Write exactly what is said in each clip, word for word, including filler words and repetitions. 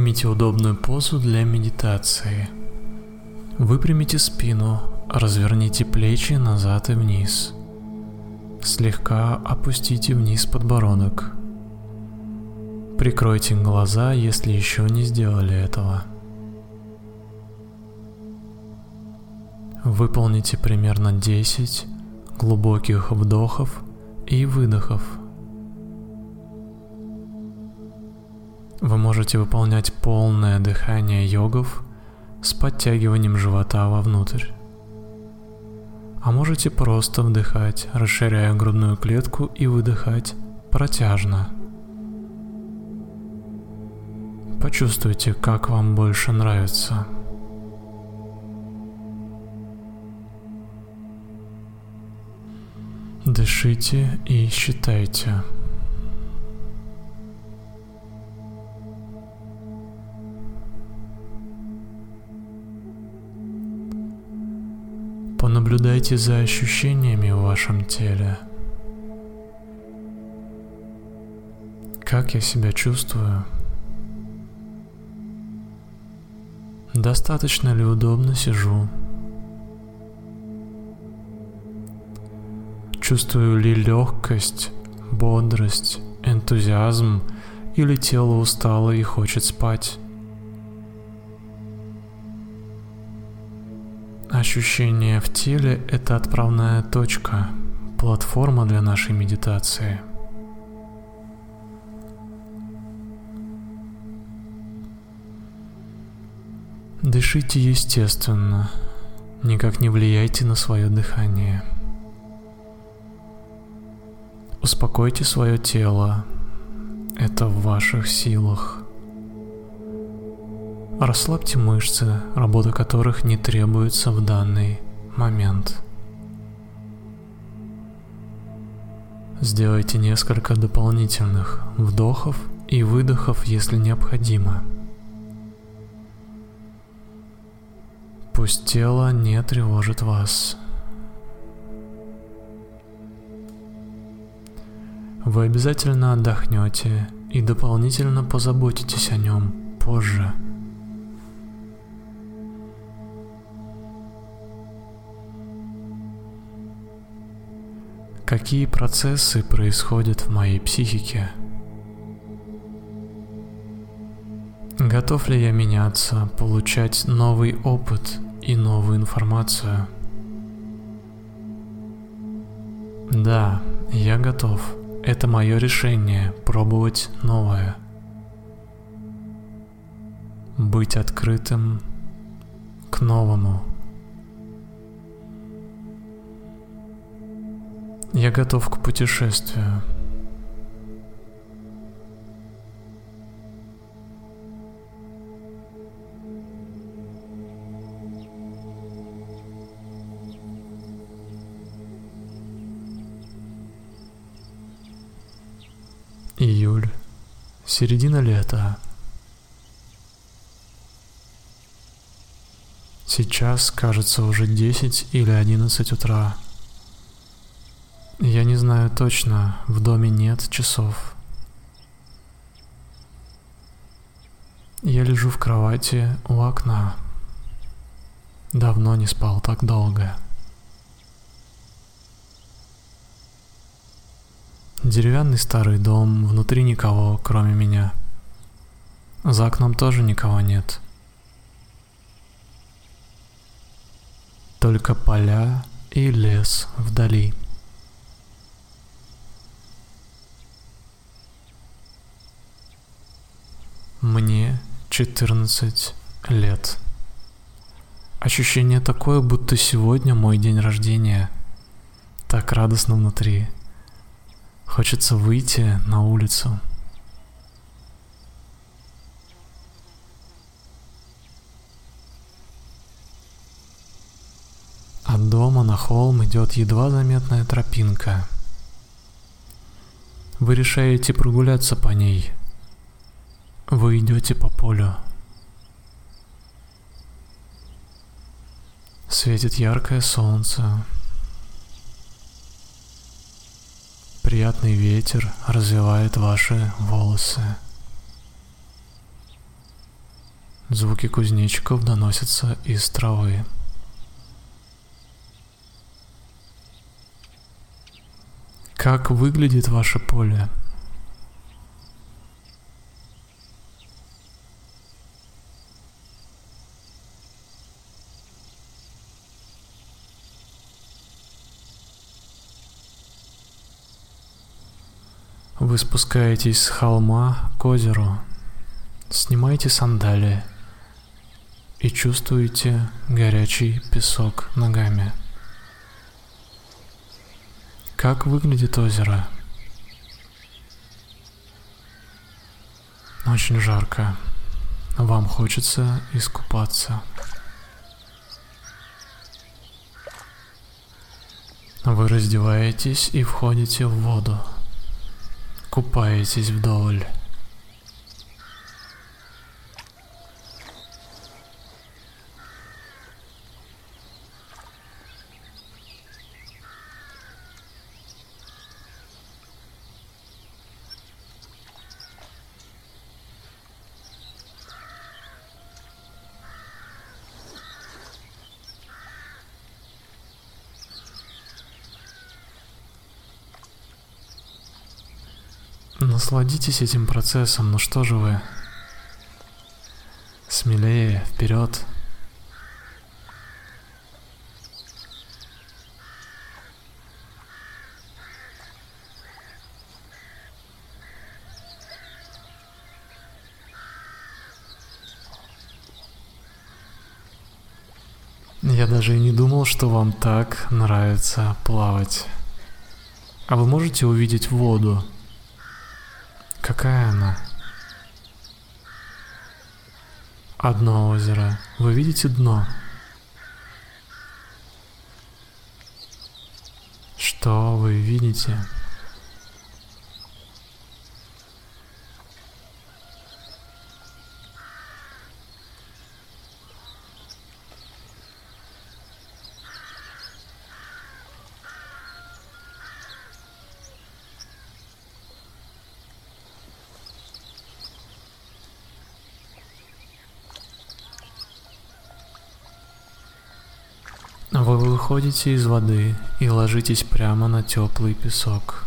Примите удобную позу для медитации. Выпрямите спину, разверните плечи назад и вниз. Слегка опустите вниз подбородок. Прикройте глаза, если еще не сделали этого. Выполните примерно десять глубоких вдохов и выдохов. Вы можете выполнять полное дыхание йогов с подтягиванием живота вовнутрь. А можете просто вдыхать, расширяя грудную клетку, и выдыхать протяжно. Почувствуйте, как вам больше нравится. Дышите и считайте. Понаблюдайте за ощущениями в вашем теле. Как я себя чувствую? Достаточно ли удобно сижу? Чувствую ли легкость, бодрость, энтузиазм, или тело устало и хочет спать? Ощущение в теле – это отправная точка, платформа для нашей медитации. Дышите естественно, никак не влияйте на свое дыхание. Успокойте свое тело, это в ваших силах. Расслабьте мышцы, работа которых не требуется в данный момент. Сделайте несколько дополнительных вдохов и выдохов, если необходимо. Пусть тело не тревожит вас. Вы обязательно отдохнете и дополнительно позаботитесь о нем позже. Какие процессы происходят в моей психике? Готов ли я меняться, получать новый опыт и новую информацию? Да, я готов. Это мое решение — пробовать новое. Быть открытым к новому. Я готов к путешествию. Июль. Середина лета. Сейчас, кажется, уже десять или одиннадцать утра. Я не знаю точно, в доме нет часов. Я лежу в кровати у окна. Давно не спал так долго. Деревянный старый дом, внутри никого, кроме меня. За окном тоже никого нет. Только поля и лес вдали. Мне четырнадцать лет. Ощущение такое, будто сегодня мой день рождения. Так радостно внутри. Хочется выйти на улицу. От дома на холм идет едва заметная тропинка. Вы решаете прогуляться по ней. Вы идете по полю. Светит яркое солнце. Приятный ветер развивает ваши волосы. Звуки кузнечиков доносятся из травы. Как выглядит ваше поле? Вы спускаетесь с холма к озеру, снимаете сандалии и чувствуете горячий песок ногами. Как выглядит озеро? Очень жарко. Вам хочется искупаться. Вы раздеваетесь и входите в воду. Купаетесь вдоволь. Насладитесь этим процессом, ну что же вы? Смелее, вперед! Я даже и не думал, что вам так нравится плавать. А вы можете увидеть воду? Какая она? Одно озеро. Вы видите дно? Что вы видите? Вы выходите из воды и ложитесь прямо на теплый песок.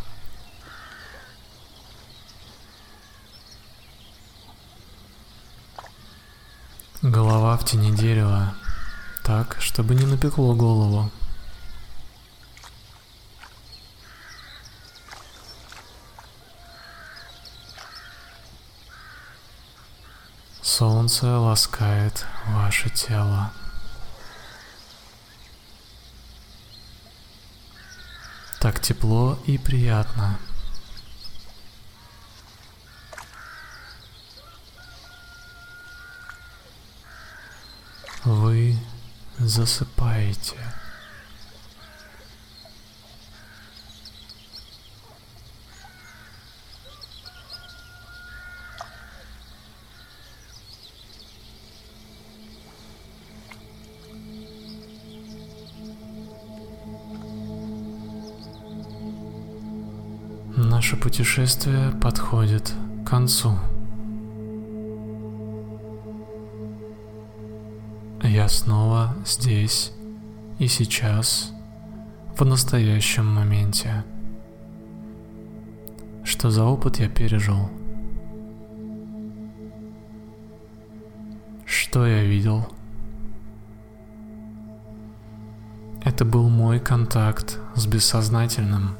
Голова в тени дерева, так, чтобы не напекло голову. Солнце ласкает ваше тело. Так тепло и приятно. Вы засыпаете. Наше путешествие подходит к концу. Я снова здесь и сейчас, в настоящем моменте. Что за опыт я пережил? Что я видел? Это был мой контакт с бессознательным.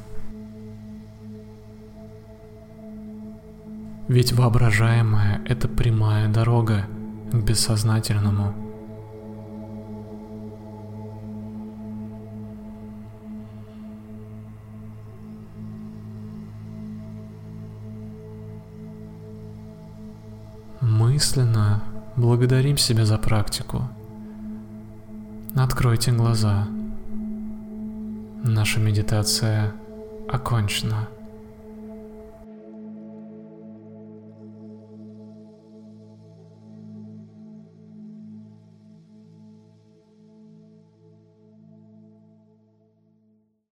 Ведь воображаемое — это прямая дорога к бессознательному. Мысленно благодарим себя за практику. Откройте глаза. Наша медитация окончена.